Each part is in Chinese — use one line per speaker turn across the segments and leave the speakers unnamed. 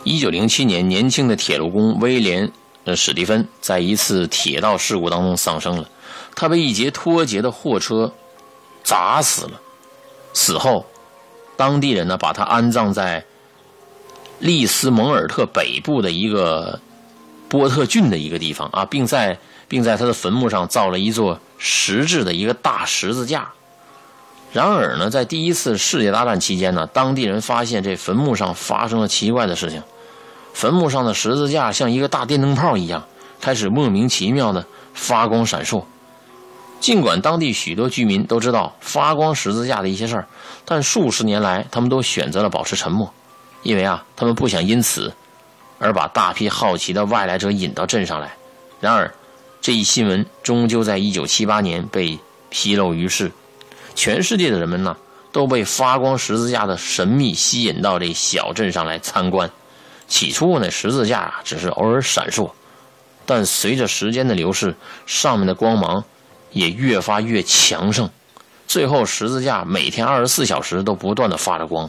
1907年，年轻的铁路工威廉史蒂芬在一次铁道事故当中丧生了，他被一节脱节的货车砸死了。死后，当地人呢把他安葬在利斯蒙尔特北部的一个波特郡的一个地方啊，并在他的坟墓上造了一座石制的一个大十字架。然而呢，在第一次世界大战期间呢，当地人发现这坟墓上发生了奇怪的事情，坟墓上的十字架像一个大电灯泡一样，开始莫名其妙的发光闪烁。尽管当地许多居民都知道发光十字架的一些事儿，但数十年来他们都选择了保持沉默，因为他们不想因此而把大批好奇的外来者引到镇上来。然而这一新闻终究在1978年被披露于世，全世界的人们呢都被发光十字架的神秘吸引到这小镇上来参观。起初呢，十字架只是偶尔闪烁，但随着时间的流逝，上面的光芒也越发越强盛，最后十字架每天24小时都不断的发着光。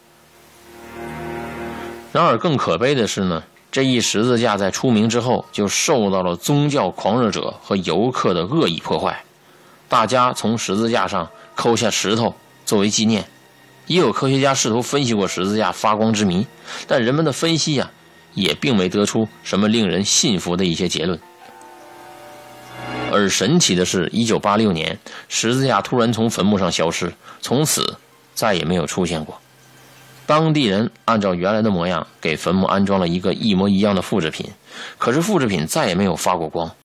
然而更可悲的是呢，这一十字架在出名之后就受到了宗教狂热者和游客的恶意破坏，大家从十字架上抠下石头作为纪念。也有科学家试图分析过十字架发光之谜，但人们的分析也并没得出什么令人信服的一些结论。而神奇的是，1986年十字架突然从坟墓上消失，从此再也没有出现过。当地人按照原来的模样给坟墓安装了一个一模一样的复制品，可是复制品再也没有发过光。